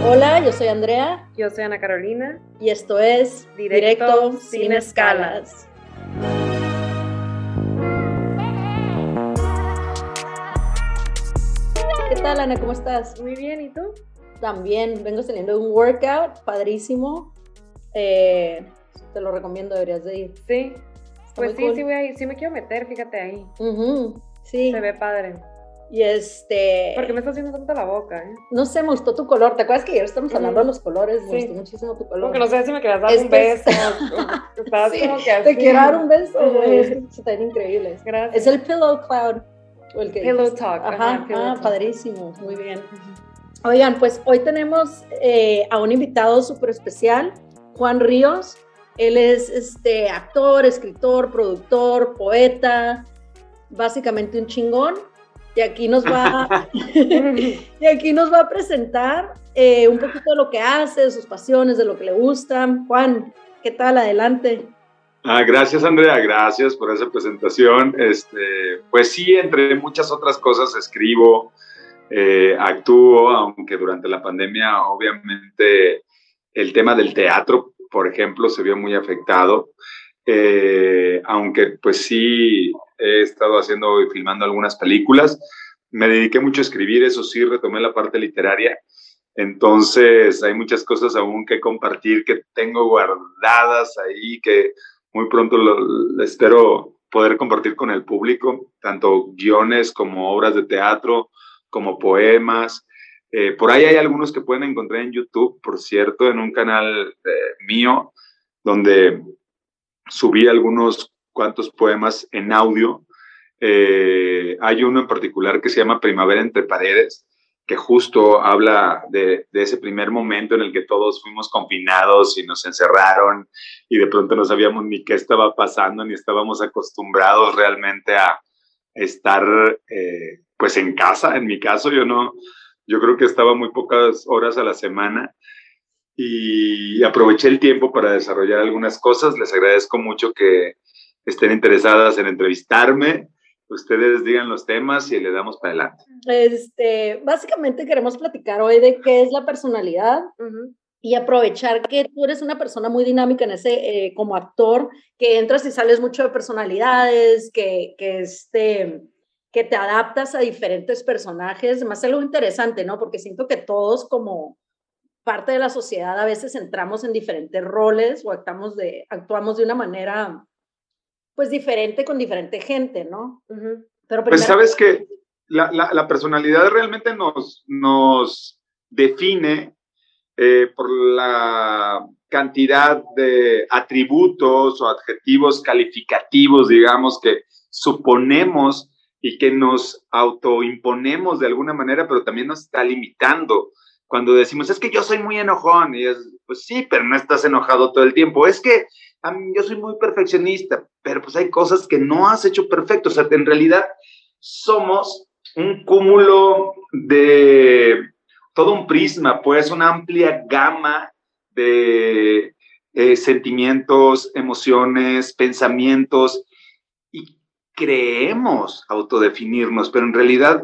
Hola, yo soy Andrea. Yo soy Ana Carolina. Y esto es Directo Sin Escalas. ¿Qué tal, Ana? ¿Cómo estás? Muy bien, ¿y tú? También, vengo saliendo de un workout padrísimo. Te lo recomiendo, deberías de ir. Sí, Está pues muy sí, cool. sí voy a ir, sí me quiero meter, fíjate ahí. Sí. Se ve padre. Y ¿Por qué me está haciendo tanto la boca, No sé, me gustó tu color. ¿Te acuerdas que ayer estamos hablando de los colores? Me Sí. gustó muchísimo tu color. Como que no sé si me querías dar un beso. Estabas Sí, como que así. te quiero dar un beso, güey. Es que se te ven increíbles. Gracias. Es el Pillow Cloud. O el que Pillow dijiste. Talk. Ajá, Pillow Talk. padrísimo. Muy bien. Oigan, pues hoy tenemos a un invitado súper especial, Juan Ríos. Él es actor, escritor, productor, poeta, básicamente un chingón. Y aquí nos va, a presentar un poquito de lo que hace, de sus pasiones, de lo que le gusta. Juan, ¿qué tal? Adelante. Gracias, Andrea, gracias por esa presentación. Pues sí, entre muchas otras cosas escribo, actúo, aunque durante la pandemia obviamente el tema del teatro, por ejemplo, se vio muy afectado, aunque pues sí he estado haciendo y filmando algunas películas. Me dediqué mucho a escribir, eso sí, retomé la parte literaria. Entonces hay muchas cosas aún que compartir, que tengo guardadas ahí, que muy pronto espero poder compartir con el público, tanto guiones como obras de teatro, como poemas. Por ahí hay algunos que pueden encontrar en YouTube, por cierto, en un canal mío, donde subí algunos cuantos poemas en audio. Hay uno en particular que se llama Primavera entre paredes, que justo habla de ese primer momento en el que todos fuimos confinados y nos encerraron y de pronto no sabíamos ni qué estaba pasando, ni estábamos acostumbrados realmente a estar pues en casa. En mi caso yo creo que estaba muy pocas horas a la semana y aproveché el tiempo para desarrollar algunas cosas. Les agradezco mucho que estén interesadas en entrevistarme. Ustedes digan los temas y le damos para adelante. Básicamente queremos platicar hoy de qué es la personalidad y aprovechar que tú eres una persona muy dinámica en ese, como actor, que entras y sales mucho de personalidades, que te adaptas a diferentes personajes. Más algo interesante, ¿no? Porque siento que todos como parte de la sociedad a veces entramos en diferentes roles o actuamos de una manera pues diferente con diferente gente, ¿no? Pero primero, pues sabes que la personalidad realmente nos define por la cantidad de atributos o adjetivos calificativos, digamos, que suponemos y que nos autoimponemos de alguna manera, pero también nos está limitando. Cuando decimos, es que yo soy muy enojón, y es, pues sí, pero no estás enojado todo el tiempo. Es que yo soy muy perfeccionista, pero pues hay cosas que no has hecho perfecto. O sea, en realidad somos un cúmulo de todo un prisma, pues una amplia gama de sentimientos, emociones, pensamientos, y creemos autodefinirnos, pero en realidad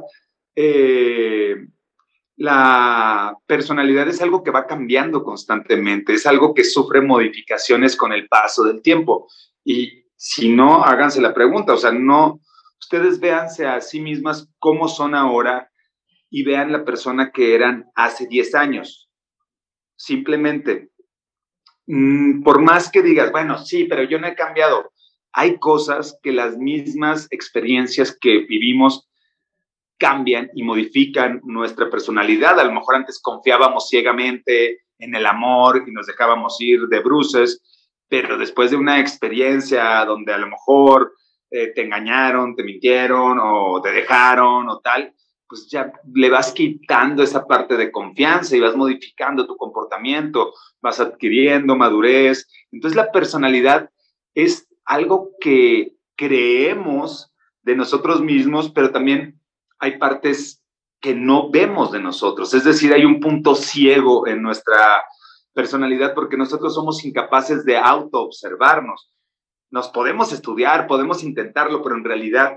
la personalidad es algo que va cambiando constantemente, es algo que sufre modificaciones con el paso del tiempo. Y si no, háganse la pregunta, o sea, no, ustedes véanse a sí mismas cómo son ahora y vean la persona que eran hace 10 años. Simplemente, por más que digas, bueno, sí, pero yo no he cambiado, hay cosas que las mismas experiencias que vivimos cambian y modifican nuestra personalidad. A lo mejor antes confiábamos ciegamente en el amor y nos dejábamos ir de bruces, pero después de una experiencia donde a lo mejor te engañaron, te mintieron o te dejaron o tal, pues ya le vas quitando esa parte de confianza y vas modificando tu comportamiento, vas adquiriendo madurez. Entonces la personalidad es algo que creemos de nosotros mismos, pero también hay partes que no vemos de nosotros, es decir, hay un punto ciego en nuestra personalidad porque nosotros somos incapaces de autoobservarnos. Nos podemos estudiar, podemos intentarlo, pero en realidad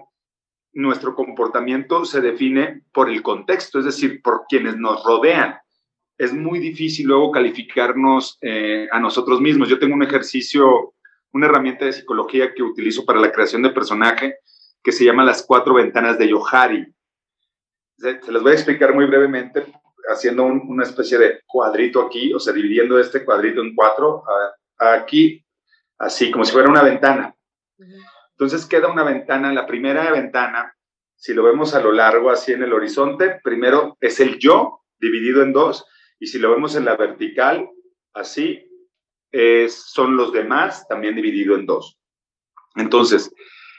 nuestro comportamiento se define por el contexto, es decir, por quienes nos rodean. es muy difícil luego calificarnos a nosotros mismos. Yo tengo un ejercicio, una herramienta de psicología que utilizo para la creación de personaje que se llama las 4 ventanas de Johari. Se las voy a explicar muy brevemente haciendo una especie de cuadrito aquí, o sea, dividiendo este cuadrito en 4, aquí, así, como si fuera una ventana. Entonces queda una ventana, la primera ventana, si lo vemos a lo largo, así en el horizonte, primero es el yo, dividido en 2, y si lo vemos en la vertical, así, son los demás, también dividido en 2. Entonces,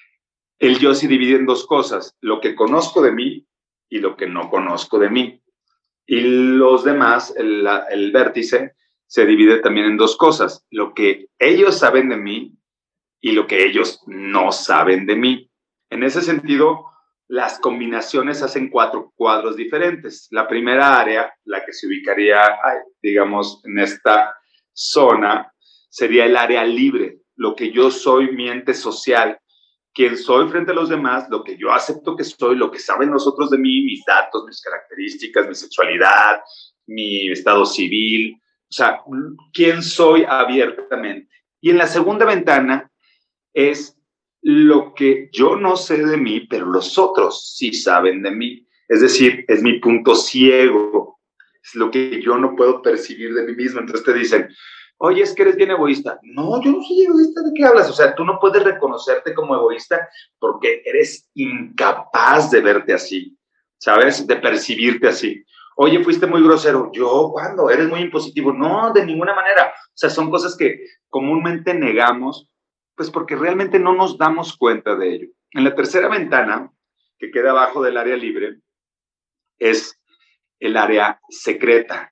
el yo se divide en 2 cosas, lo que conozco de mí y lo que no conozco de mí. Y los demás, el vértice, se divide también en 2 cosas, lo que ellos saben de mí y lo que ellos no saben de mí. En ese sentido, las combinaciones hacen 4 cuadros diferentes. La primera área, la que se ubicaría, digamos, en esta zona, sería el área libre, lo que yo soy, mi ente social, quién soy frente a los demás, lo que yo acepto que soy, lo que saben los otros de mí, mis datos, mis características, mi sexualidad, mi estado civil, o sea, quién soy abiertamente. Y en la segunda ventana es lo que yo no sé de mí, pero los otros sí saben de mí. Es decir, es mi punto ciego, es lo que yo no puedo percibir de mí mismo. Entonces te dicen, oye, es que eres bien egoísta. No, yo no soy egoísta, ¿de qué hablas? O sea, tú no puedes reconocerte como egoísta porque eres incapaz de verte así, ¿sabes? De percibirte así. Oye, fuiste muy grosero. ¿Yo cuándo? Eres muy impositivo. No, de ninguna manera. O sea, son cosas que comúnmente negamos, pues porque realmente no nos damos cuenta de ello. En la tercera ventana, que queda abajo del área libre, es el área secreta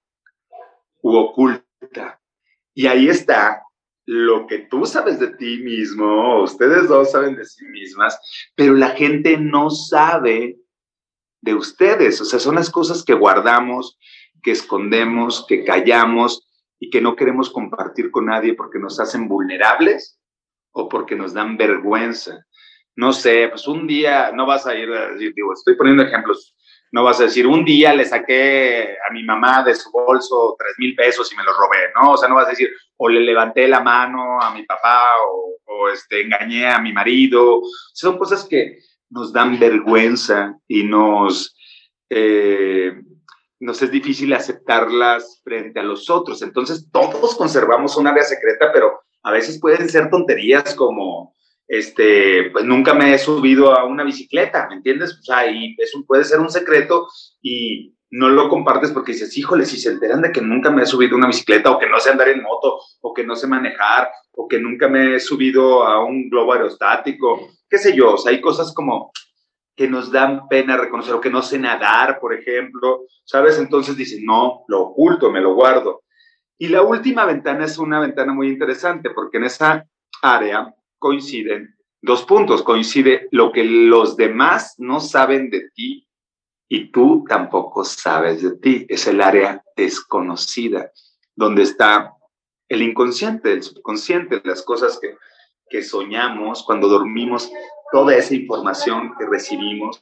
u oculta. Y ahí está lo que tú sabes de ti mismo, ustedes dos saben de sí mismas, pero la gente no sabe de ustedes. O sea, son las cosas que guardamos, que escondemos, que callamos y que no queremos compartir con nadie porque nos hacen vulnerables o porque nos dan vergüenza. No sé, pues un día no vas a ir a decir, digo, estoy poniendo ejemplos, no vas a decir, un día le saqué a mi mamá de su bolso 3,000 pesos y me los robé, ¿no? O sea, no vas a decir, o le levanté la mano a mi papá, o engañé a mi marido. Son cosas que nos dan vergüenza y nos es difícil aceptarlas frente a los otros. Entonces, todos conservamos un área secreta, pero a veces pueden ser tonterías como, pues nunca me he subido a una bicicleta, ¿me entiendes? O sea, y eso puede ser un secreto y no lo compartes porque dices, híjole, si se enteran de que nunca me he subido a una bicicleta o que no sé andar en moto o que no sé manejar o que nunca me he subido a un globo aerostático, qué sé yo, o sea, hay cosas como que nos dan pena reconocer o que no sé nadar, por ejemplo, ¿sabes? Entonces dicen, no, lo oculto, me lo guardo. Y la última ventana es una ventana muy interesante porque en esa área coinciden 2 puntos. Coincide lo que los demás no saben de ti y tú tampoco sabes de ti. Es el área desconocida, donde está el inconsciente, el subconsciente, las cosas que soñamos cuando dormimos, toda esa información que recibimos.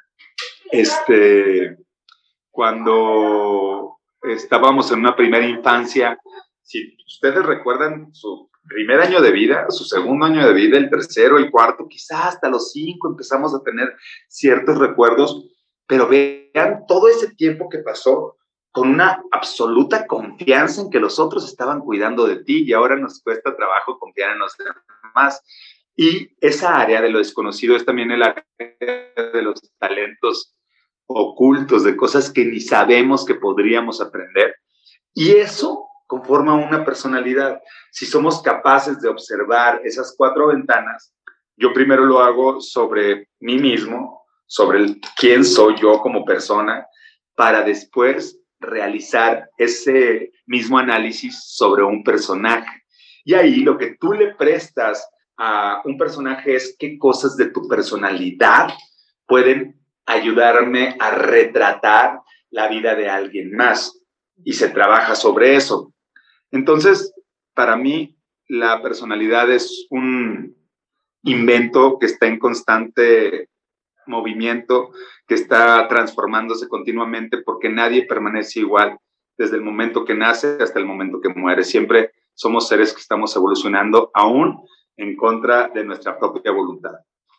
Cuando estábamos en una primera infancia, si ustedes recuerdan su primer año de vida, su segundo año de vida, el tercero, el cuarto, quizás hasta los 5 empezamos a tener ciertos recuerdos, pero vean todo ese tiempo que pasó con una absoluta confianza en que los otros estaban cuidando de ti y ahora nos cuesta trabajo confiar en los demás. Y esa área de lo desconocido es también el área de los talentos ocultos, de cosas que ni sabemos que podríamos aprender. Y eso conforma una personalidad. Si somos capaces de observar esas 4 ventanas, yo primero lo hago sobre mí mismo, sobre quién soy yo como persona, para después realizar ese mismo análisis sobre un personaje. Y ahí lo que tú le prestas a un personaje es qué cosas de tu personalidad pueden ayudarme a retratar la vida de alguien más. Y se trabaja sobre eso. Entonces, para mí, la personalidad es un invento que está en constante movimiento, que está transformándose continuamente porque nadie permanece igual. desde el momento que nace hasta el momento que muere. Siempre somos seres que estamos evolucionando aún en contra de nuestra propia voluntad.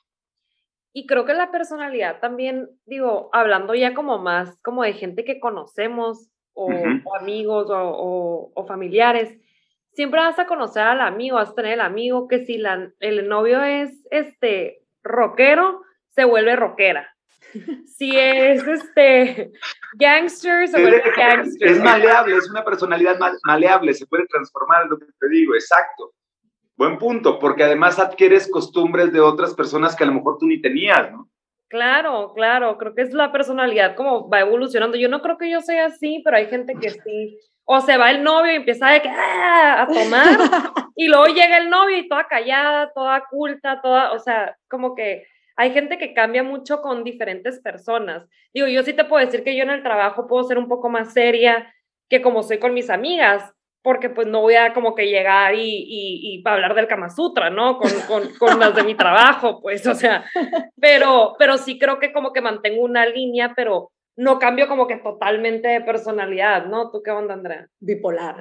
Y creo que la personalidad también, digo, hablando ya como más como de gente que conocemos o amigos o familiares, siempre vas a conocer al amigo, vas a tener el amigo que si el novio es rockero, se vuelve rockera. Si es gangster, se vuelve gangster. Es maleable, es una personalidad maleable, se puede transformar, es lo que te digo, exacto. Buen punto, porque además adquieres costumbres de otras personas que a lo mejor tú ni tenías, ¿no? Claro, creo que es la personalidad como va evolucionando. Yo no creo que yo sea así, pero hay gente que sí. O se va el novio y empieza a tomar, y luego llega el novio y toda callada, toda culta, o sea, como que hay gente que cambia mucho con diferentes personas. Digo, yo sí te puedo decir que yo en el trabajo puedo ser un poco más seria que como soy con mis amigas, porque pues no voy a como que llegar y hablar del Kama Sutra, ¿no? Con las de mi trabajo, pues, o sea, pero sí creo que como que mantengo una línea, pero no cambio como que totalmente de personalidad, ¿no? ¿Tú qué onda, Andrea? Bipolar.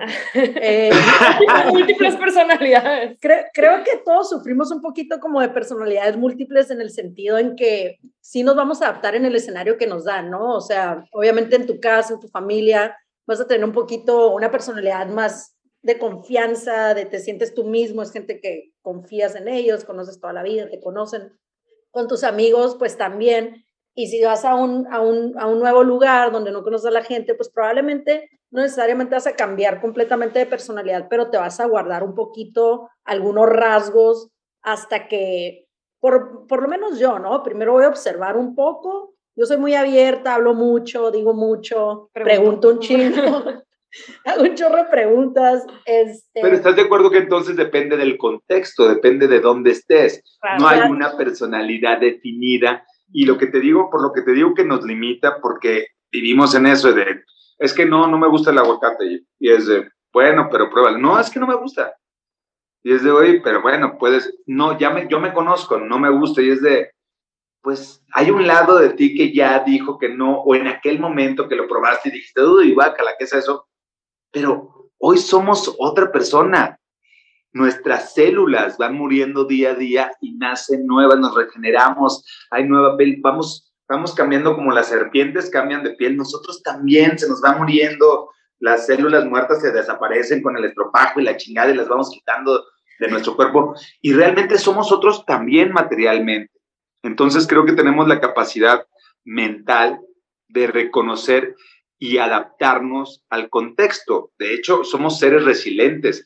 Múltiples personalidades. Creo que todos sufrimos un poquito como de personalidades múltiples en el sentido en que sí nos vamos a adaptar en el escenario que nos dan, ¿no? O sea, obviamente en tu casa, en tu familia, vas a tener un poquito una personalidad más de confianza, de te sientes tú mismo, es gente que confías en ellos, conoces toda la vida, te conocen. Con tus amigos, pues también. Y si vas a un nuevo lugar donde no conoces a la gente, pues probablemente no necesariamente vas a cambiar completamente de personalidad, pero te vas a guardar un poquito algunos rasgos hasta que, por lo menos yo, ¿no? Primero voy a observar un poco. Yo soy muy abierta, hablo mucho, digo mucho, pregunto un chingo, hago un chorro de preguntas. Pero ¿estás de acuerdo que entonces depende del contexto, depende de dónde estés? Claro. No hay una personalidad definida. Y lo que te digo, por lo que te digo que nos limita, porque vivimos en eso de, es que no me gusta el aguacate. Y es de, bueno, pero pruébalo. No, es que no me gusta. Y es de, oye, pero bueno, puedes, no, yo me conozco, no me gusta. Y es de, pues hay un lado de ti que ya dijo que no, o en aquel momento que lo probaste y dijiste, uy, guácala, ¿qué es eso? Pero hoy somos otra persona. Nuestras células van muriendo día a día y nacen nuevas, nos regeneramos, hay nueva piel, vamos cambiando como las serpientes cambian de piel, nosotros también se nos va muriendo, las células muertas se desaparecen con el estropajo y la chingada y las vamos quitando de nuestro cuerpo y realmente somos otros también materialmente. Entonces creo que tenemos la capacidad mental de reconocer y adaptarnos al contexto. De hecho, somos seres resilientes.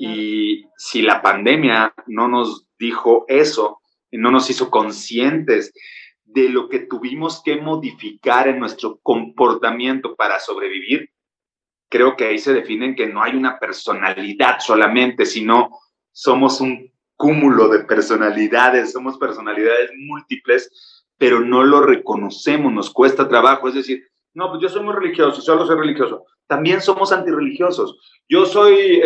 Y si la pandemia no nos dijo eso, no nos hizo conscientes de lo que tuvimos que modificar en nuestro comportamiento para sobrevivir, creo que ahí se definen que no hay una personalidad solamente, sino somos un cúmulo de personalidades, somos personalidades múltiples, pero no lo reconocemos, nos cuesta trabajo, es decir, no, pues yo soy muy religioso, solo soy religioso. También somos antirreligiosos. Yo soy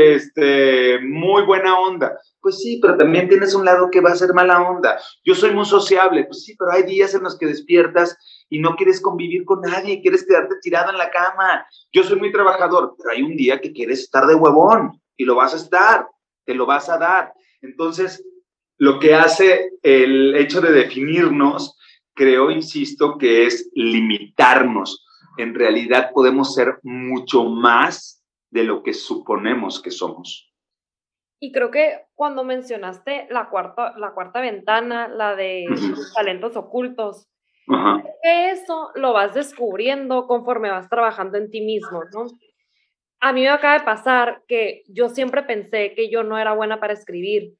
muy buena onda. Pues sí, pero también tienes un lado que va a ser mala onda. Yo soy muy sociable. Pues sí, pero hay días en los que despiertas y no quieres convivir con nadie, quieres quedarte tirado en la cama. Yo soy muy trabajador, pero hay un día que quieres estar de huevón y lo vas a estar, te lo vas a dar. Entonces, lo que hace el hecho de definirnos, creo, insisto, que es limitarnos. En realidad podemos ser mucho más de lo que suponemos que somos. Y creo que cuando mencionaste la cuarta ventana, la de talentos ocultos, que eso lo vas descubriendo conforme vas trabajando en ti mismo, ¿no? A mí me acaba de pasar que yo siempre pensé que yo no era buena para escribir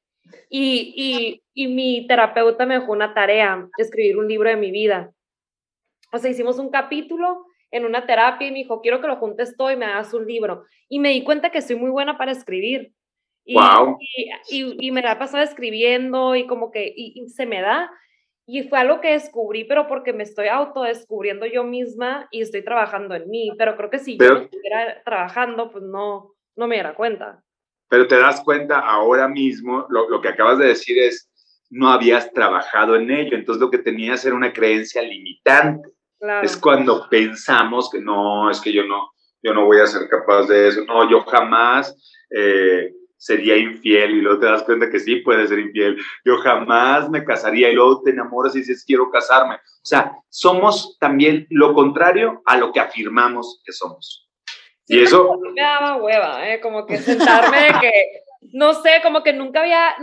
y mi terapeuta me dejó una tarea, escribir un libro de mi vida. O sea, hicimos un capítulo en una terapia y me dijo, quiero que lo juntes todo y me hagas un libro. Y me di cuenta que soy muy buena para escribir. Wow. Y me la he pasado escribiendo y como que y se me da. Y fue algo que descubrí, pero porque me estoy autodescubriendo yo misma y estoy trabajando en mí. Pero creo que si yo estuviera trabajando, pues no me diera cuenta. Pero te das cuenta ahora mismo, lo que acabas de decir es, no habías trabajado en ello. Entonces lo que tenías era una creencia limitante. Claro. Es cuando pensamos que no, es que yo yo no voy a ser capaz de eso, no, yo jamás sería infiel, y luego te das cuenta que sí puedes ser infiel, yo jamás me casaría, y luego te enamoras y dices, quiero casarme. O sea, somos también lo contrario a lo que afirmamos que somos. Sí, y eso me daba hueva, como que sentarme de que, no sé, como que nunca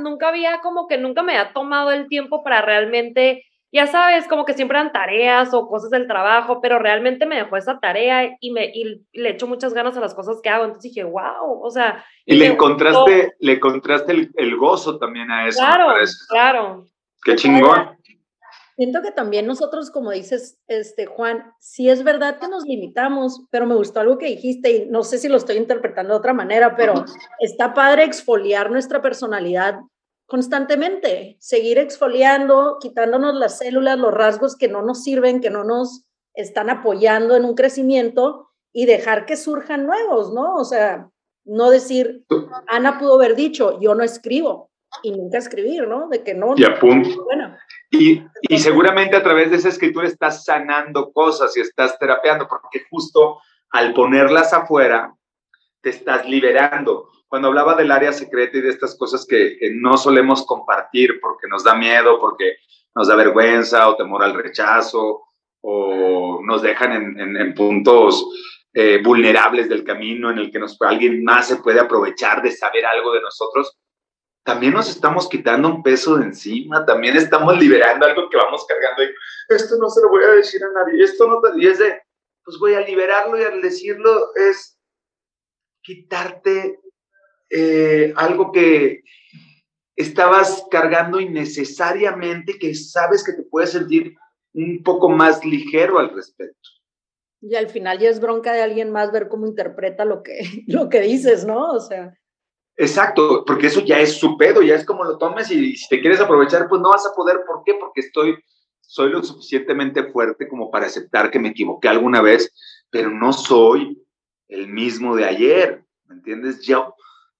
me había tomado el tiempo para realmente, ya sabes, como que siempre eran tareas o cosas del trabajo, pero realmente me dejó esa tarea y le echo muchas ganas a las cosas que hago. Entonces dije, wow, o sea. Y le encontraste el gozo también a eso, claro, me parece. Claro. Qué chingón. Siento que también nosotros, como dices, Juan, sí es verdad que nos limitamos, pero me gustó algo que dijiste y no sé si lo estoy interpretando de otra manera, pero está padre exfoliar nuestra personalidad constantemente, seguir exfoliando, quitándonos las células, los rasgos que no nos sirven, que no nos están apoyando en un crecimiento y dejar que surjan nuevos, ¿no? O sea, no decir, Ana pudo haber dicho, yo no escribo y nunca escribir, ¿no? De que no. Y apunto. Bueno. Y seguramente a través de esa escritura estás sanando cosas y estás terapeando, porque justo al ponerlas afuera, te estás liberando. Cuando hablaba del área secreta y de estas cosas que no solemos compartir porque nos da miedo, porque nos da vergüenza o temor al rechazo, o nos dejan en puntos vulnerables del camino en el que alguien más se puede aprovechar de saber algo de nosotros, también nos estamos quitando un peso de encima, también estamos liberando algo que vamos cargando y esto no se lo voy a decir a nadie, esto no, y es de, pues voy a liberarlo y al decirlo es quitarte algo que estabas cargando innecesariamente, que sabes que te puedes sentir un poco más ligero al respecto. Y al final ya es bronca de alguien más ver cómo interpreta lo que dices, ¿no? O sea. Exacto, porque eso ya es su pedo, ya es como lo tomes y si te quieres aprovechar, pues no vas a poder. ¿Por qué? Porque soy lo suficientemente fuerte como para aceptar que me equivoqué alguna vez, pero no soy el mismo de ayer, ¿me entiendes? Yo,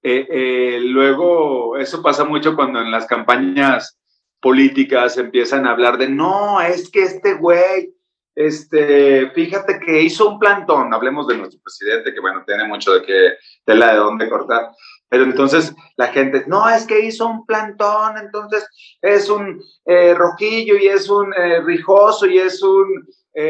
luego, eso pasa mucho cuando en las campañas políticas empiezan a hablar de, no, es que este güey, fíjate que hizo un plantón, hablemos de nuestro presidente, que bueno, tiene mucho de tela de dónde cortar. Pero entonces la gente, no, es que hizo un plantón, entonces es un rojillo y es un rijoso y es un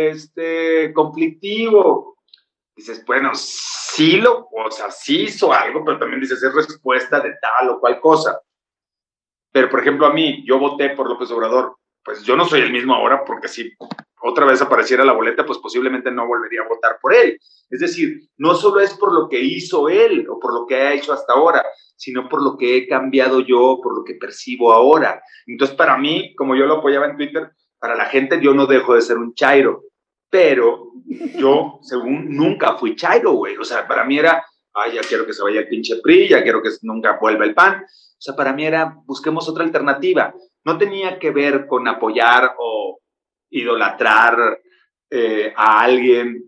conflictivo. Dices, bueno, sí hizo algo, pero también dices, es respuesta de tal o cual cosa. Pero, por ejemplo, a mí, yo voté por López Obrador, pues yo no soy el mismo ahora, porque si otra vez apareciera la boleta, pues posiblemente no volvería a votar por él. Es decir, no solo es por lo que hizo él o por lo que ha hecho hasta ahora, sino por lo que he cambiado yo, por lo que percibo ahora. Entonces, para mí, como yo lo apoyaba en Twitter, para la gente yo no dejo de ser un chairo, pero yo, según, nunca fui chairo, güey. O sea, para mí era, ya quiero que se vaya el pinche PRI, ya quiero que nunca vuelva el PAN. O sea, para mí era, busquemos otra alternativa. No tenía que ver con apoyar o idolatrar a alguien,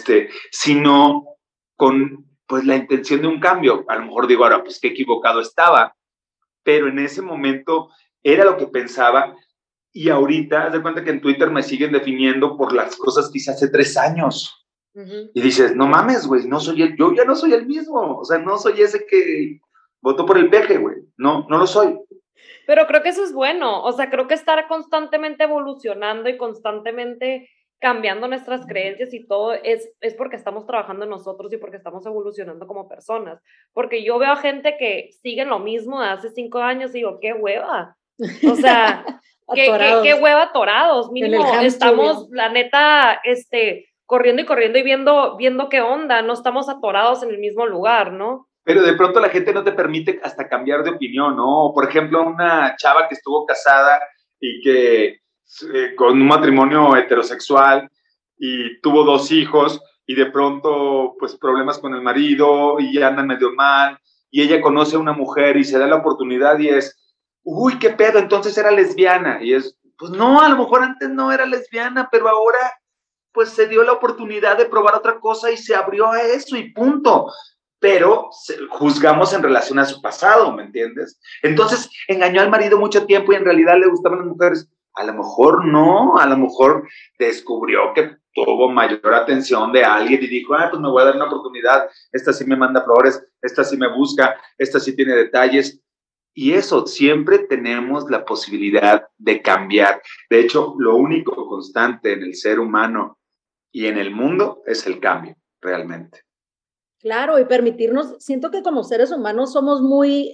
sino con pues la intención de un cambio. A lo mejor digo ahora, pues qué equivocado estaba, pero en ese momento era lo que pensaba y ahorita, haz de cuenta que en Twitter me siguen definiendo por las cosas que hice hace 3 años. Uh-huh. Y dices, no mames, güey, yo ya no soy el mismo, o sea, no soy ese que votó por el peje, güey, no lo soy. Pero creo que eso es bueno, o sea, creo que estar constantemente evolucionando y constantemente cambiando nuestras creencias y todo es porque estamos trabajando en nosotros y porque estamos evolucionando como personas. Porque yo veo a gente que sigue lo mismo de hace 5 años y digo, qué hueva. O sea, qué hueva atorados. Mínimo, estamos, la neta, corriendo y viendo qué onda. No estamos atorados en el mismo lugar, ¿no? Pero de pronto la gente no te permite hasta cambiar de opinión, ¿no? Por ejemplo, una chava que estuvo casada y que con un matrimonio heterosexual y tuvo 2 hijos y de pronto pues problemas con el marido y andan medio mal y ella conoce a una mujer y se da la oportunidad y es, uy, qué pedo, entonces era lesbiana. Y es, pues no, a lo mejor antes no era lesbiana, pero ahora pues se dio la oportunidad de probar otra cosa y se abrió a eso y punto. Pero juzgamos en relación a su pasado, ¿me entiendes? Entonces engañó al marido mucho tiempo y en realidad le gustaban las mujeres. A lo mejor no, a lo mejor descubrió que tuvo mayor atención de alguien y dijo, pues me voy a dar una oportunidad, esta sí me manda flores, esta sí me busca, esta sí tiene detalles. Y eso, siempre tenemos la posibilidad de cambiar. De hecho, lo único constante en el ser humano y en el mundo es el cambio, realmente. Claro, y permitirnos, siento que como seres humanos somos muy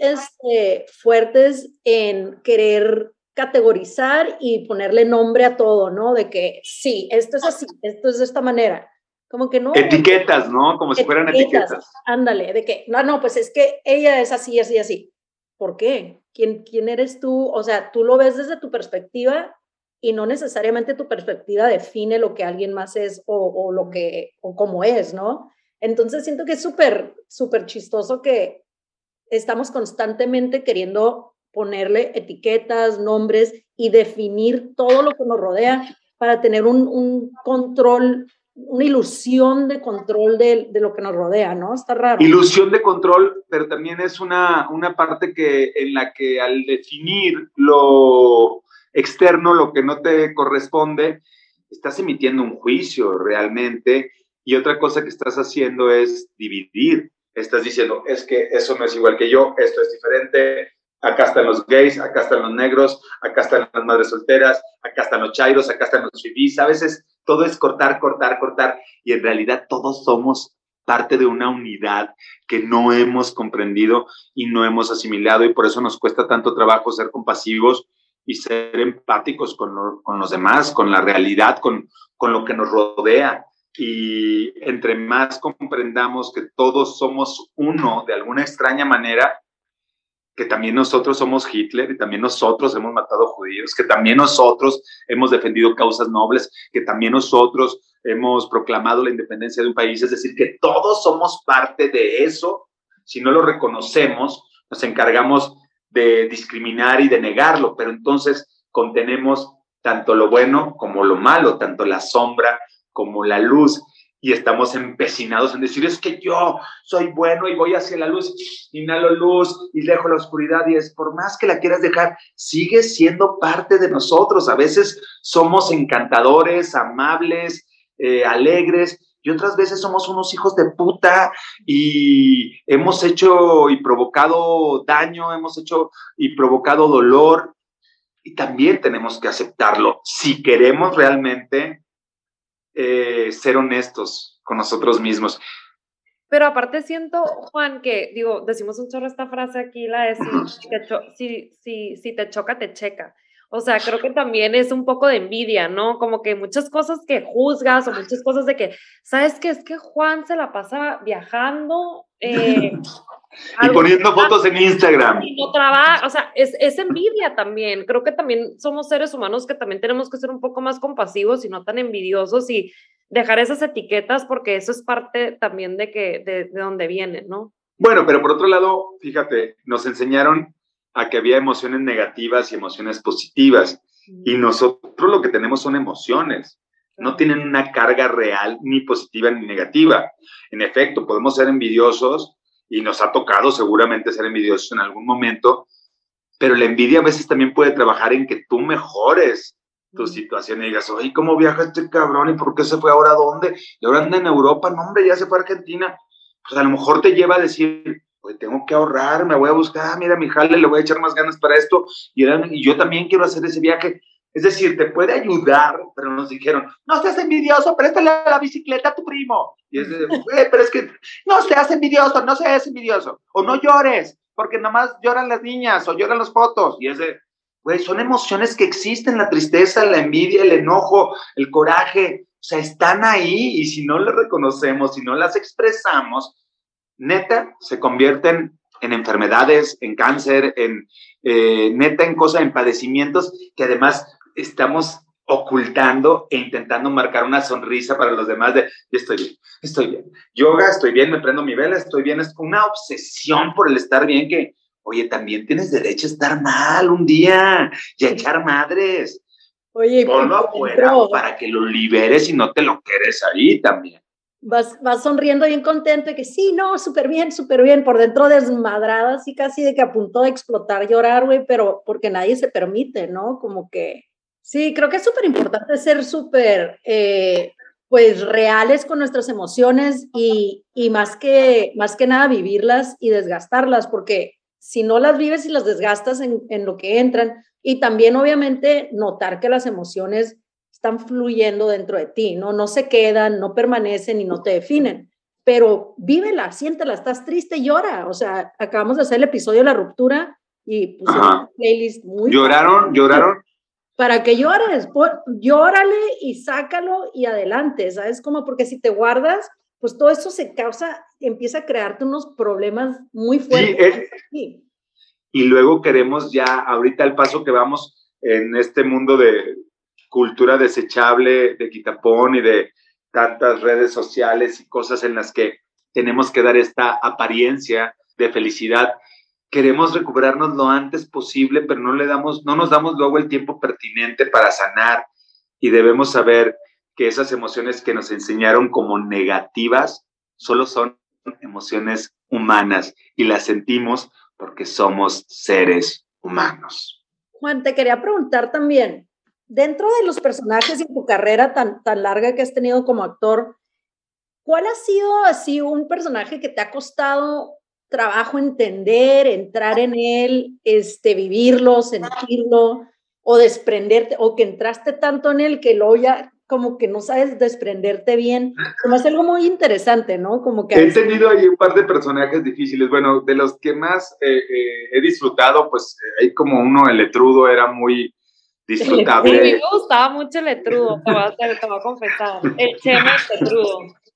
fuertes en querer categorizar y ponerle nombre a todo, ¿no? De que sí, esto es así, esto es de esta manera. Como que no. Etiquetas, ¿no? Como si fueran etiquetas. Ándale, de que, no, pues es que ella es así, así, así. ¿Por qué? ¿Quién eres tú? O sea, tú lo ves desde tu perspectiva y no necesariamente tu perspectiva define lo que alguien más es o cómo es, ¿no? Entonces siento que es súper, súper chistoso que estamos constantemente queriendo ponerle etiquetas, nombres y definir todo lo que nos rodea para tener un control, una ilusión de control de lo que nos rodea, ¿no? Está raro. Ilusión de control, pero también es una parte en la que al definir lo externo, lo que no te corresponde, estás emitiendo un juicio realmente. Y otra cosa que estás haciendo es dividir. Estás diciendo, es que eso no es igual que yo, esto es diferente. Acá están los gays, acá están los negros, acá están las madres solteras, acá están los chairos, acá están los fifís. A veces todo es cortar. Y en realidad todos somos parte de una unidad que no hemos comprendido y no hemos asimilado. Y por eso nos cuesta tanto trabajo ser compasivos y ser empáticos con los demás, con la realidad, con lo que nos rodea. Y entre más comprendamos que todos somos uno de alguna extraña manera, que también nosotros somos Hitler y también nosotros hemos matado judíos, que también nosotros hemos defendido causas nobles, que también nosotros hemos proclamado la independencia de un país, es decir, que todos somos parte de eso. Si no lo reconocemos, nos encargamos de discriminar y de negarlo, pero entonces contenemos tanto lo bueno como lo malo, tanto la sombra como la luz, y estamos empecinados en decir, es que yo soy bueno y voy hacia la luz, inhalo luz y dejo la oscuridad, y es, por más que la quieras dejar, sigue siendo parte de nosotros. A veces somos encantadores, amables, alegres, y otras veces somos unos hijos de puta y hemos hecho y provocado daño, hemos hecho y provocado dolor, y también tenemos que aceptarlo si queremos realmente ser honestos con nosotros mismos. Pero aparte siento, Juan, que, digo, decimos un chorro esta frase aquí, la de si te choca, te checa. O sea, creo que también es un poco de envidia, ¿no? Como que muchas cosas que juzgas o muchas cosas de que, ¿sabes qué? Es que Juan se la pasa viajando. Y poniendo fotos en Instagram. Y no trabaja, o sea, es envidia también. Creo que también somos seres humanos que también tenemos que ser un poco más compasivos y no tan envidiosos y dejar esas etiquetas, porque eso es parte también de dónde viene, ¿no? Bueno, pero por otro lado, fíjate, nos enseñaron a que había emociones negativas y emociones positivas, y nosotros lo que tenemos son emociones, no tienen una carga real ni positiva ni negativa. En efecto, podemos ser envidiosos y nos ha tocado seguramente ser envidiosos en algún momento, pero la envidia a veces también puede trabajar en que tú mejores tu situación y digas, oye, ¿cómo viaja este cabrón? ¿Y por qué se fue ahora a dónde? Y ahora anda en Europa, no, hombre, ya se fue a Argentina. Pues a lo mejor te lleva a decir, oye, tengo que ahorrar, me voy a buscar, mira, mi jale, le voy a echar más ganas para esto, y yo también quiero hacer ese viaje. Es decir, te puede ayudar, pero nos dijeron, no seas envidioso, préstale la bicicleta a tu primo. Y es de, pero es que no seas envidioso, o no llores, porque nomás lloran las niñas, o lloran los fotos. Y es de, güey, son emociones que existen, la tristeza, la envidia, el enojo, el coraje, o sea, están ahí, y si no las reconocemos, si no las expresamos, neta, se convierten en enfermedades, en cáncer, neta, en cosas, en padecimientos que además estamos ocultando e intentando marcar una sonrisa para los demás de, yo estoy bien, yoga, estoy bien, me prendo mi vela, estoy bien. Es una obsesión por el estar bien que, oye, también tienes derecho a estar mal un día y a echar madres. Oye, ponlo afuera para que lo liberes y no te lo quedes ahí también. Vas sonriendo bien contento y que sí, no, súper bien, por dentro desmadrada, así casi de que a punto de explotar, llorar, güey, pero porque nadie se permite, ¿no? Como que Sí, creo que es súper importante ser súper, pues, reales con nuestras emociones y más que nada vivirlas y desgastarlas, porque si no las vives y las desgastas en lo que entran, y también obviamente notar que las emociones están fluyendo dentro de ti, ¿no? No se quedan, no permanecen y no te definen, pero vívela, siéntela, estás triste, llora. O sea, acabamos de hacer el episodio de la ruptura y pusieron una playlist muy... ¿Lloraron? Para que llores, llórale y sácalo y adelante, ¿sabes? Como porque si te guardas, pues todo eso empieza a crearte unos problemas muy fuertes. Sí, y luego queremos ya, ahorita el paso que vamos en este mundo de cultura desechable, de quitapón y de tantas redes sociales y cosas en las que tenemos que dar esta apariencia de felicidad. Queremos recuperarnos lo antes posible, pero no nos damos luego el tiempo pertinente para sanar, y debemos saber que esas emociones que nos enseñaron como negativas solo son emociones humanas y las sentimos porque somos seres humanos. Juan, te quería preguntar también, dentro de los personajes y tu carrera tan larga que has tenido como actor, ¿cuál ha sido así un personaje que te ha costado trabajo entender, entrar en él, vivirlo, sentirlo, o desprenderte, o que entraste tanto en él que luego ya como que no sabes desprenderte bien? Como es algo muy interesante, ¿no? Como que he tenido ahí un par de personajes difíciles. Bueno, de los que más he disfrutado, pues hay como uno, el Letrudo, era muy disfrutable. A mí me gustaba mucho el Letrudo, te voy a confesar. El Chema Letrudo.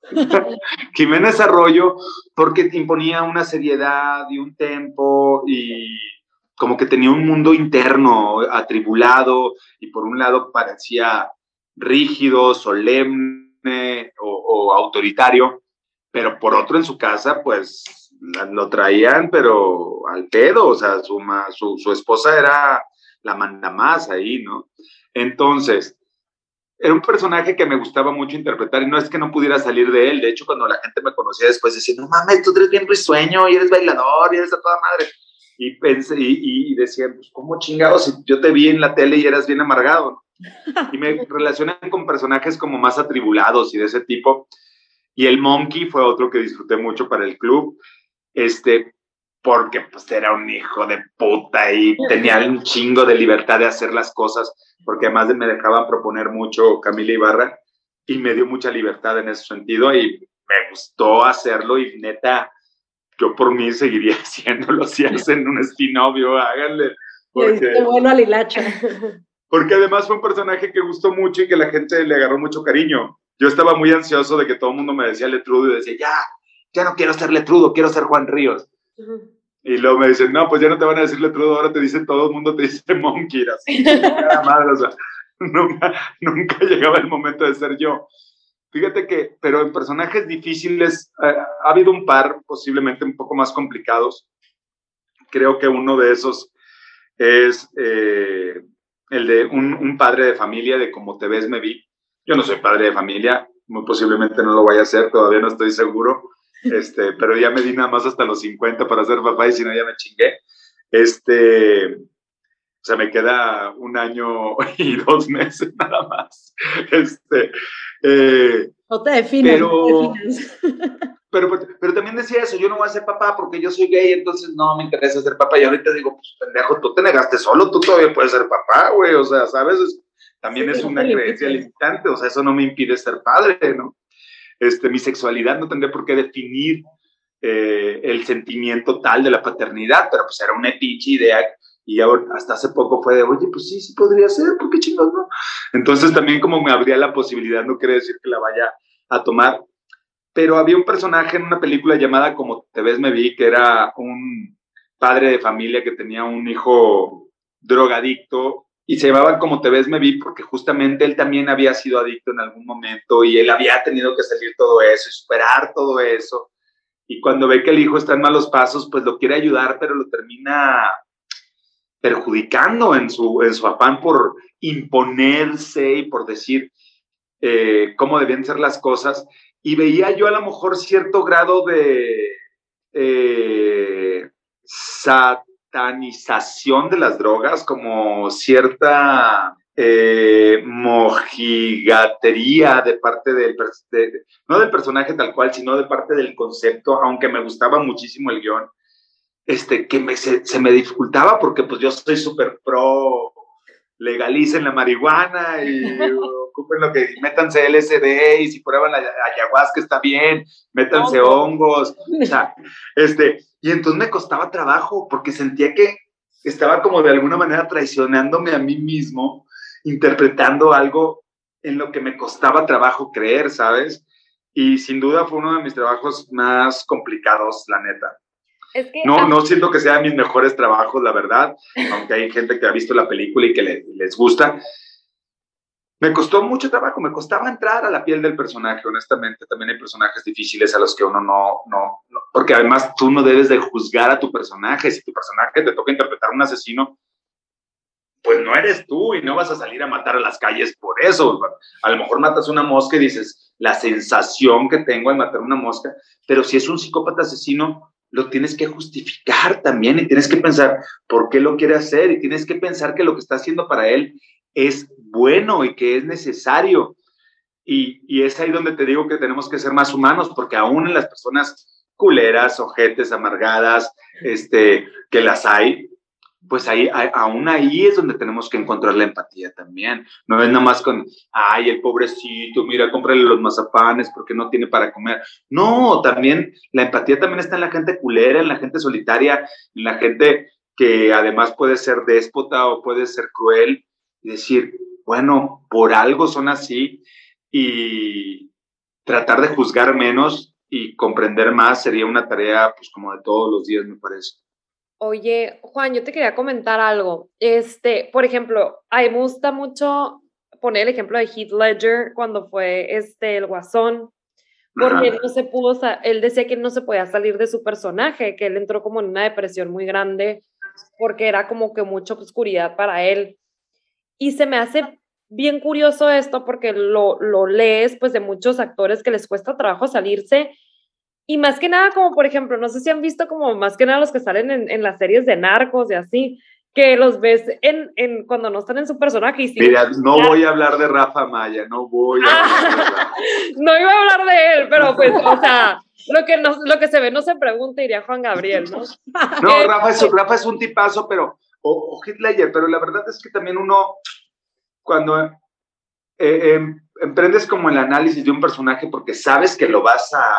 Jiménez Arroyo, porque te imponía una seriedad y un tempo, y como que tenía un mundo interno atribulado, y por un lado parecía rígido, solemne o autoritario, pero por otro en su casa pues lo traían pero al pedo. O sea, su esposa era la mandamás ahí, ¿no? Entonces era un personaje que me gustaba mucho interpretar, y no es que no pudiera salir de él. De hecho, cuando la gente me conocía después, decía, no mames, tú eres bien risueño, y eres bailador, y eres a toda madre. Y pensé, y decía, pues, ¿cómo chingados si yo te vi en la tele y eras bien amargado? Y me relacionan con personajes como más atribulados y de ese tipo. Y el Monkey fue otro que disfruté mucho para el club, porque pues era un hijo de puta y tenía un chingo de libertad de hacer las cosas, porque además me dejaban proponer mucho Camila Ibarra, y me dio mucha libertad en ese sentido, y me gustó hacerlo, y neta, yo por mí seguiría haciéndolo. Si hacen un spin-off, háganle. Porque, bueno, a Lilacha. Porque además fue un personaje que gustó mucho y que la gente le agarró mucho cariño. Yo estaba muy ansioso de que todo el mundo me decía Letrudo, y decía, ya no quiero ser Letrudo, quiero ser Juan Ríos. Y luego me dicen, no, pues ya no te van a decir Letrudo, ahora te dicen, todo el mundo te dice Monkey. Así, nada madre, o sea, nunca llegaba el momento de ser yo. Fíjate que, pero en personajes difíciles, ha habido un par posiblemente un poco más complicados. Creo que uno de esos es el de un padre de familia, de Como te ves me vi. Yo no soy padre de familia, muy posiblemente no lo vaya a hacer, todavía no estoy seguro, pero ya me di nada más hasta los 50 para ser papá, y si no ya me chingué. O sea, me queda 1 año y 2 meses nada más. No te defines. Pero también decía eso, yo no voy a ser papá porque yo soy gay, entonces no me interesa ser papá. Y ahorita digo, pues pendejo, tú te negaste solo, tú todavía puedes ser papá, güey. O sea, ¿sabes? También sí, es una creencia limitante. O sea, eso no me impide ser padre, ¿no? Mi sexualidad no tendría por qué definir el sentimiento tal de la paternidad, pero pues era una pinche idea. Y hasta hace poco fue de, oye, pues sí podría ser, ¿por qué chingados no? Entonces también como me abría la posibilidad, no quiere decir que la vaya a tomar. Pero había un personaje en una película llamada Como te ves me vi, que era un padre de familia que tenía un hijo drogadicto, y se llamaba Como te ves me vi porque justamente él también había sido adicto en algún momento, y él había tenido que salir todo eso y superar todo eso. Y cuando ve que el hijo está en malos pasos, pues lo quiere ayudar, pero lo termina perjudicando en su afán por imponerse y por decir cómo debían ser las cosas. Y veía yo a lo mejor cierto grado de satanización de las drogas, como cierta mojigatería de parte no del personaje tal cual, sino de parte del concepto, aunque me gustaba muchísimo el guión, que se me dificultaba porque pues yo soy súper pro, legalicen la marihuana y ocupen lo que, métanse LSD y si prueban la ayahuasca está bien, métanse hongos, o sea, y entonces me costaba trabajo porque sentía que estaba como de alguna manera traicionándome a mí mismo, interpretando algo en lo que me costaba trabajo creer, ¿sabes? Y sin duda fue uno de mis trabajos más complicados, la neta. Es que, no siento que sean mis mejores trabajos, la verdad, aunque hay gente que ha visto la película y que les gusta. Me costó mucho trabajo, me costaba entrar a la piel del personaje, honestamente. También hay personajes difíciles a los que uno no, porque además tú no debes de juzgar a tu personaje. Si tu personaje te toca interpretar a un asesino, pues no eres tú y no vas a salir a matar a las calles por eso. A lo mejor matas una mosca y dices, la sensación que tengo al matar una mosca, pero si es un psicópata asesino, lo tienes que justificar también y tienes que pensar por qué lo quiere hacer y tienes que pensar que lo que está haciendo para él es bueno y que es necesario. Y es ahí donde te digo que tenemos que ser más humanos, porque aún en las personas culeras, ojetes, amargadas, que las hay, pues aún ahí es donde tenemos que encontrar la empatía también. No es nada más con, ay, el pobrecito, mira, cómprale los mazapanes porque no tiene para comer. No, también la empatía también está en la gente culera, en la gente solitaria, en la gente que además puede ser déspota o puede ser cruel y decir, bueno, por algo son así y tratar de juzgar menos y comprender más sería una tarea pues como de todos los días, me parece. Oye, Juan, yo te quería comentar algo. Por ejemplo, a mí me gusta mucho poner el ejemplo de Heath Ledger cuando fue el Guasón, porque él no se pudo, él decía que no se podía salir de su personaje, que él entró como en una depresión muy grande porque era como que mucha oscuridad para él. Y se me hace bien curioso esto porque lo lees pues de muchos actores que les cuesta trabajo salirse. Y más que nada, como por ejemplo, no sé si han visto como más que nada los que salen en las series de narcos y así, que los ves cuando no están en su personaje. Y mira, no voy a hablar de Rafa Maya, no voy a hablar no iba a hablar de él, pero pues, o sea, lo que se ve no se pregunta, diría Juan Gabriel, ¿no? No, Rafa es un tipazo, pero, o Heath Ledger, pero la verdad es que también uno, cuando emprendes como el análisis de un personaje porque sabes que lo vas a...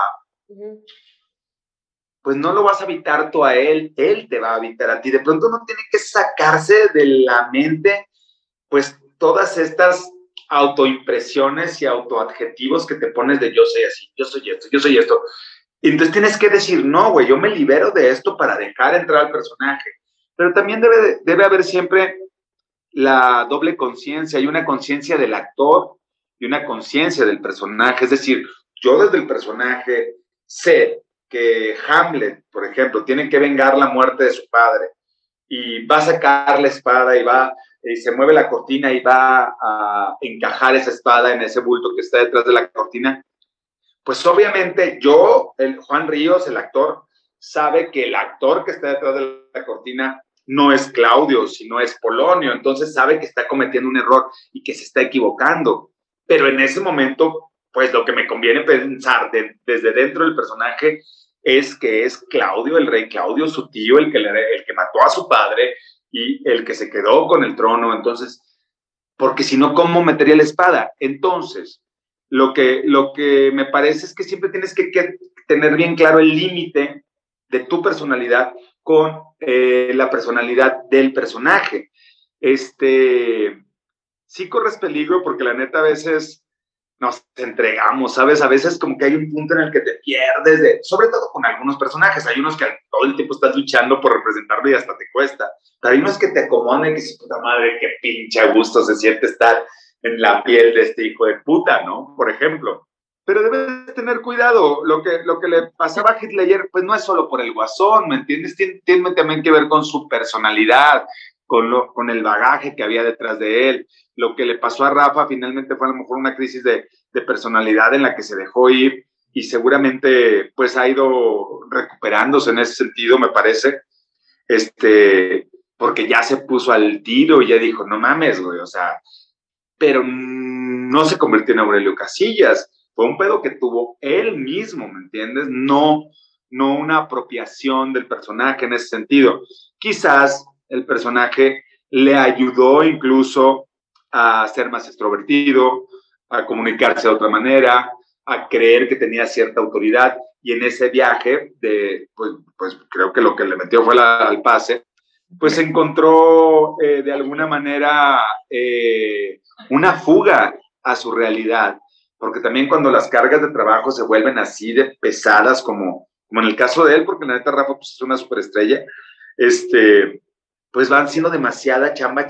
pues no lo vas a habitar tú a él te va a habitar a ti. De pronto no tiene que sacarse de la mente, pues todas estas autoimpresiones y autoadjetivos que te pones de yo soy así, yo soy esto, yo soy esto. Y entonces tienes que decir, no, güey, yo me libero de esto para dejar entrar al personaje. Pero también debe haber siempre la doble conciencia, hay una conciencia del actor y una conciencia del personaje. Es decir, yo desde el personaje sé que Hamlet, por ejemplo, tiene que vengar la muerte de su padre y va a sacar la espada y se mueve la cortina y va a encajar esa espada en ese bulto que está detrás de la cortina, pues obviamente el Juan Ríos, el actor, sabe que el actor que está detrás de la cortina no es Claudio, sino es Polonio, entonces sabe que está cometiendo un error y que se está equivocando, pero en ese momento, pues lo que me conviene pensar desde dentro del personaje es que es Claudio, el rey Claudio, su tío, el que mató a su padre y el que se quedó con el trono, entonces, porque si no, ¿cómo metería la espada? Entonces, lo que me parece es que siempre tienes que tener bien claro el límite de tu personalidad con la personalidad del personaje. Sí corres peligro porque la neta a veces nos entregamos, ¿sabes? A veces como que hay un punto en el que te pierdes, sobre todo con algunos personajes. Hay unos que todo el tiempo estás luchando por representarlo y hasta te cuesta. Pero hay unos que te acomodan y que dices, puta madre, qué pinche a gusto se siente estar en la piel de este hijo de puta, ¿no? Por ejemplo. Pero debes tener cuidado. Lo que le pasaba a Heath Ledger, pues no es solo por el Guasón, ¿me entiendes? Tiene también que ver con su personalidad, con el bagaje que había detrás de él. Lo que le pasó a Rafa finalmente fue a lo mejor una crisis de personalidad en la que se dejó ir y seguramente pues ha ido recuperándose en ese sentido, me parece, porque ya se puso al tiro y ya dijo, no mames, güey, o sea, pero no se convirtió en Aurelio Casillas. Fue un pedo que tuvo él mismo, ¿me entiendes? No una apropiación del personaje en ese sentido. Quizás el personaje le ayudó incluso a ser más extrovertido, a comunicarse de otra manera, a creer que tenía cierta autoridad, y en ese viaje, pues creo que lo que le metió fue al pase, pues encontró de alguna manera una fuga a su realidad, porque también cuando las cargas de trabajo se vuelven así de pesadas, como en el caso de él, porque la neta Rafa pues, es una superestrella, pues van siendo demasiada chamba,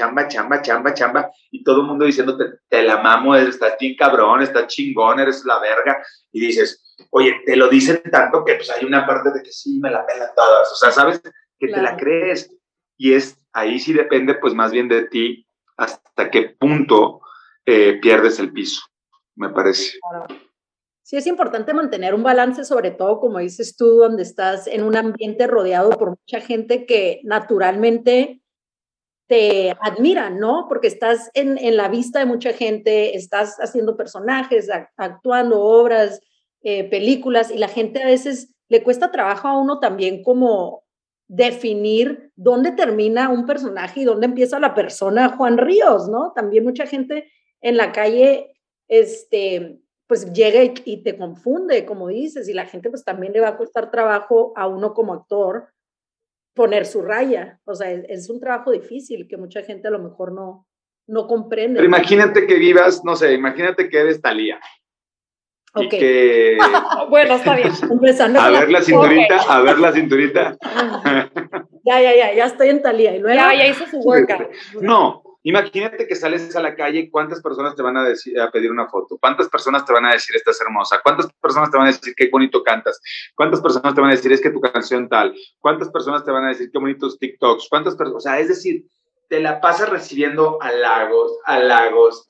y todo el mundo diciéndote, te la mamo, estás bien cabrón, estás chingón, eres la verga, y dices, oye, te lo dicen tanto que pues hay una parte de que sí, me la pelan todas, o sea, ¿sabes? Que claro, te la crees, y ahí sí depende pues más bien de ti hasta qué punto pierdes el piso, me parece. Claro. Sí, es importante mantener un balance, sobre todo, como dices tú, donde estás en un ambiente rodeado por mucha gente que naturalmente te admira, ¿no? Porque estás en la vista de mucha gente, estás haciendo personajes, actuando, obras, películas, y la gente a veces le cuesta trabajo a uno también como definir dónde termina un personaje y dónde empieza la persona Juan Ríos, ¿no? También mucha gente en la calle, pues llega y te confunde, como dices, y la gente pues también le va a costar trabajo a uno como actor poner su raya, o sea, es un trabajo difícil que mucha gente a lo mejor no comprende. Pero imagínate que vivas, no sé, imagínate que eres Thalía. Ok. Que... Bueno, está bien. A ver la cinturita, okay. A ver la cinturita. Ya estoy en Thalía. Y luego... Ya hizo su workout. No, imagínate que sales a la calle y cuántas personas te van a pedir una foto, cuántas personas te van a decir estás hermosa, cuántas personas te van a decir qué bonito cantas, cuántas personas te van a decir es que tu canción tal, cuántas personas te van a decir qué bonitos TikToks, cuántas personas, o sea, es decir, te la pasas recibiendo halagos.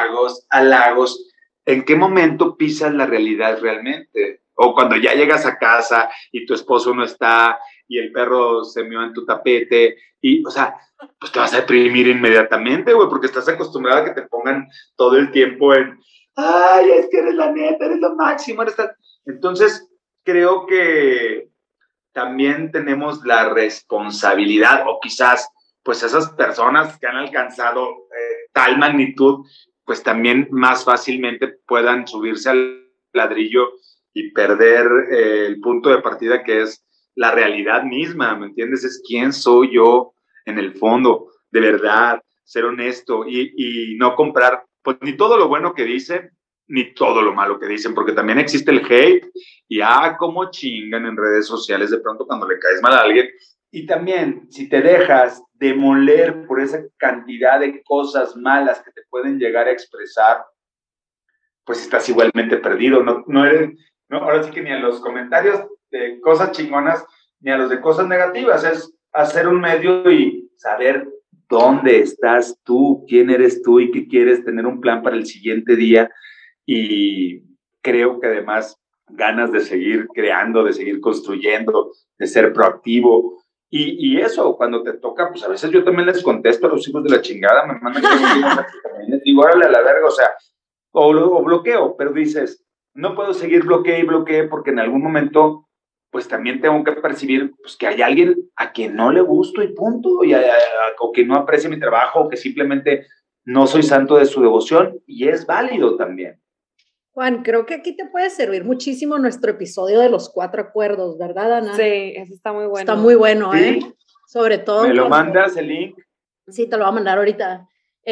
¿En qué momento pisas la realidad realmente? O cuando ya llegas a casa y tu esposo no está y el perro se meó en tu tapete y, o sea, pues te vas a deprimir inmediatamente, güey, porque estás acostumbrada a que te pongan todo el tiempo en, ay, es que eres la neta, eres lo máximo, eres tal. Entonces, creo que también tenemos la responsabilidad, o quizás, pues esas personas que han alcanzado tal magnitud, pues también más fácilmente puedan subirse al ladrillo y perder el punto de partida que es la realidad misma, ¿me entiendes? Es quién soy yo en el fondo, de verdad, ser honesto y no comprar, pues ni todo lo bueno que dicen, ni todo lo malo que dicen, porque también existe el hate y cómo chingan en redes sociales de pronto cuando le caes mal a alguien. Y también, si te dejas demoler por esa cantidad de cosas malas que te pueden llegar a expresar, pues estás igualmente perdido. No eres, ahora sí que ni a los comentarios de cosas chingonas, ni a los de cosas negativas. Es hacer un medio y saber dónde estás tú, quién eres tú y qué quieres, tener un plan para el siguiente día. Y creo que además ganas de seguir creando, de seguir construyendo, de ser proactivo. Y eso, cuando te toca, pues a veces yo también les contesto a los hijos de la chingada, me mandan también les digo, órale a la verga, o sea, o bloqueo, pero dices, no puedo seguir bloqueé, porque en algún momento, pues también tengo que percibir pues, que hay alguien a quien no le gusto y punto, o que no aprecia mi trabajo, o que simplemente no soy santo de su devoción, y es válido también. Juan, creo que aquí te puede servir muchísimo nuestro episodio de los 4 acuerdos, ¿verdad, Ana? Sí, eso está muy bueno. Está muy bueno, ¿Sí? Sobre todo... ¿Me lo mandas el link? Sí, te lo voy a mandar ahorita.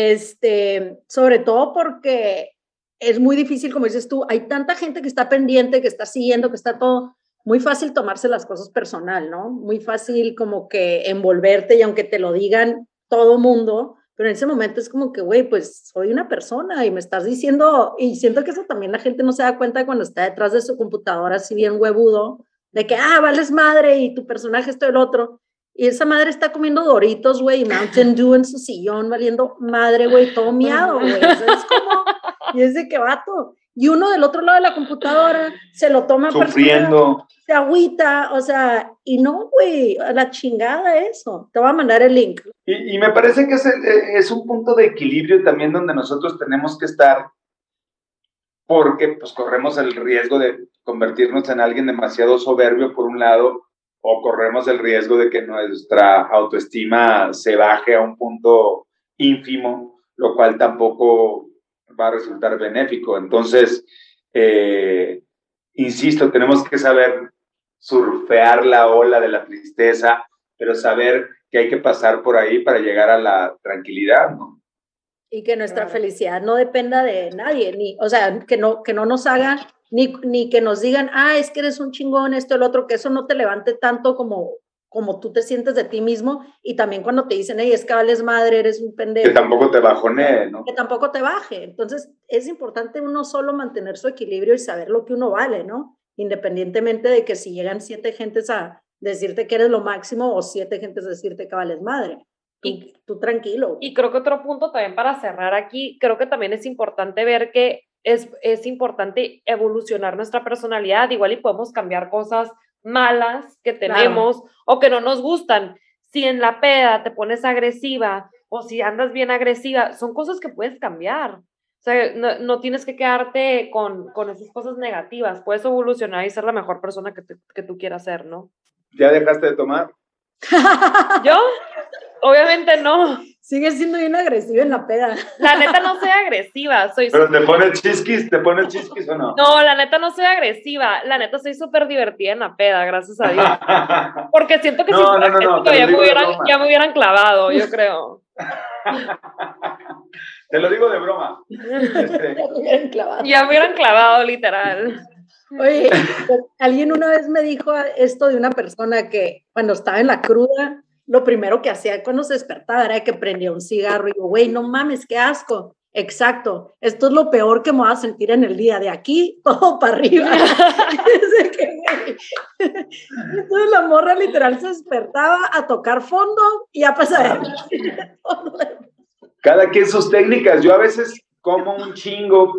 Sobre todo porque es muy difícil, como dices tú, hay tanta gente que está pendiente, que está siguiendo, que está todo... Muy fácil tomarse las cosas personal, ¿no? Muy fácil como que envolverte y aunque te lo digan todo mundo... Pero en ese momento es como que, güey, pues soy una persona y me estás diciendo, y siento que eso también la gente no se da cuenta cuando está detrás de su computadora así bien huevudo, de que, vales madre y tu personaje esto y el otro. Y esa madre está comiendo Doritos, güey, y Mountain Dew en su sillón, valiendo madre, güey, todo miado, güey. O sea, es como, y es de que vato. Y uno del otro lado de la computadora se lo toma sufriendo. se agüita, o sea, y no, güey, a la chingada eso. Te voy a mandar el link. Y me parece que es un punto de equilibrio también donde nosotros tenemos que estar, porque pues corremos el riesgo de convertirnos en alguien demasiado soberbio por un lado, o corremos el riesgo de que nuestra autoestima se baje a un punto ínfimo, lo cual tampoco va a resultar benéfico. Entonces, insisto, tenemos que saber surfear la ola de la tristeza, pero saber que hay que pasar por ahí para llegar a la tranquilidad, ¿no? Y que nuestra felicidad no dependa de nadie, o sea, que no nos haga, ni que nos digan, es que eres un chingón, esto, el otro, que eso no te levante tanto como tú te sientes de ti mismo, y también cuando te dicen, es que vales madre, eres un pendejo. Que tampoco te bajonee, ¿no? Que tampoco te baje. Entonces, es importante uno solo mantener su equilibrio y saber lo que uno vale, ¿no? Independientemente de que si llegan 7 gentes a decirte que eres lo máximo o 7 gentes a decirte que vales madre. Tú tranquilo. Y creo que otro punto también para cerrar aquí, creo que también es importante ver que es importante evolucionar nuestra personalidad, igual y podemos cambiar cosas malas que tenemos o que no nos gustan. Si en la peda te pones agresiva o si andas bien agresiva, son cosas que puedes cambiar. O sea, no tienes que quedarte con esas cosas negativas. Puedes evolucionar y ser la mejor persona que tú quieras ser, ¿no? ¿Ya dejaste de tomar? ¿Yo? Obviamente no. Sigues siendo bien agresiva en la peda. La neta no soy agresiva. ¿Pero te pones chisquis o no? No, la neta no soy agresiva. La neta soy súper divertida en la peda, gracias a Dios. Porque siento que ya me hubieran clavado, yo creo. Te lo digo de broma. Ya me hubieran clavado, literal. Oye, alguien una vez me dijo esto de una persona que cuando estaba en la cruda, lo primero que hacía cuando se despertaba era que prendía un cigarro y yo, güey, no mames, qué asco. Exacto, esto es lo peor que me voy a sentir en el día, de aquí todo para arriba. Entonces la morra literal se despertaba a tocar fondo y ya pasaba. Cada quien sus técnicas. Yo a veces como un chingo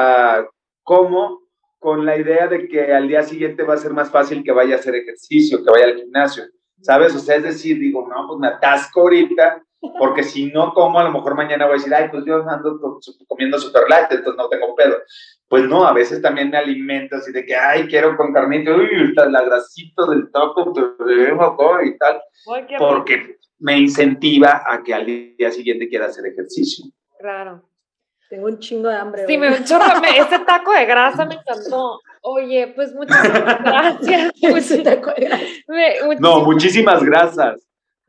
con la idea de que al día siguiente va a ser más fácil que vaya a hacer ejercicio, que vaya al gimnasio, ¿sabes? O sea, es decir, digo, no, pues me atasco ahorita, porque si no como, a lo mejor mañana voy a decir, pues yo ando comiendo super light, entonces no tengo pedo. Pues no, a veces también me alimento así de que, quiero con carnita, la grasita del taco, y tal, porque me incentiva a que al día siguiente quiera hacer ejercicio. Claro. Tengo un chingo de hambre. Sí, ese taco de grasa me encantó. Oye, pues muchísimas gracias. Ese taco de grasa. Muchísimas grasas.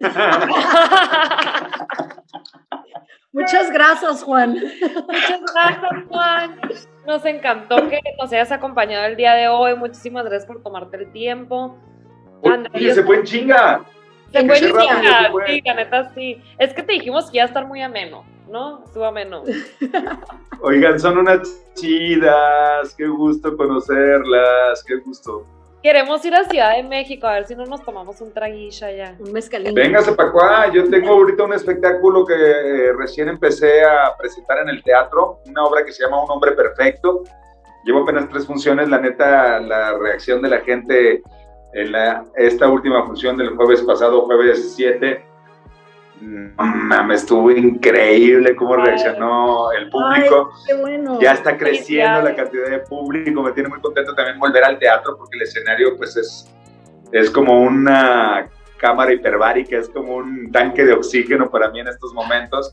Muchas gracias, Juan. Muchas gracias, Juan. Nos encantó que nos hayas acompañado el día de hoy. Muchísimas gracias por tomarte el tiempo. Oye, se fue en chinga. Se fue en chinga, sí, la neta sí. Es que te dijimos que iba a estar muy ameno, ¿no? Estuvo ameno. Oigan, son unas chidas. Qué gusto conocerlas. Qué gusto. Queremos ir a Ciudad de México, a ver si no nos tomamos un traguillo allá. Un mezcalín. Véngase para acá. Yo tengo ahorita un espectáculo que recién empecé a presentar en el teatro, una obra que se llama Un Hombre Perfecto. Llevo apenas 3 funciones. La neta, la reacción de la gente en esta última función del jueves pasado, jueves 7, estuvo increíble cómo reaccionó el público. Ay, qué bueno. Ya está creciendo la cantidad de público, me tiene muy contento también volver al teatro, porque el escenario pues es como una cámara hiperbárica, es como un tanque de oxígeno para mí en estos momentos.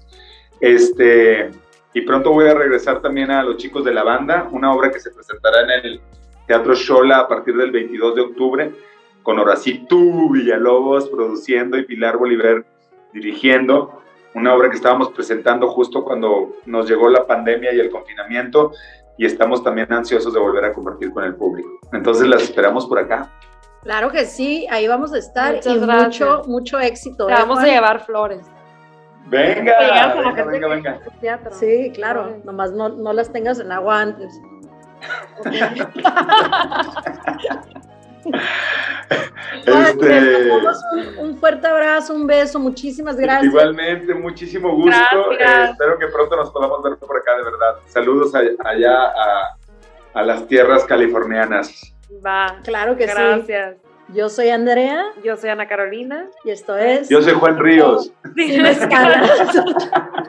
Y pronto voy a regresar también a Los Chicos de la Banda, una obra que se presentará en el Teatro Xola a partir del 22 de octubre, con Horacito Villalobos produciendo y Pilar Bolívar dirigiendo, una obra que estábamos presentando justo cuando nos llegó la pandemia y el confinamiento, y estamos también ansiosos de volver a compartir con el público. Entonces las esperamos por acá. Claro que sí, ahí vamos a estar. Muchas y gracias. mucho éxito. Te vamos a llevar flores. Venga. Sí, claro, nomás no las tengas en agua antes. Un fuerte abrazo, un beso, muchísimas gracias. Igualmente, muchísimo gusto. Espero que pronto nos podamos ver por acá, de verdad. Saludos allá a las tierras californianas. Va. Claro que Gracias. sí. Yo soy Andrea. Yo soy Ana Carolina. Y esto es... Yo soy Juan Ríos. Sin Sin escalas.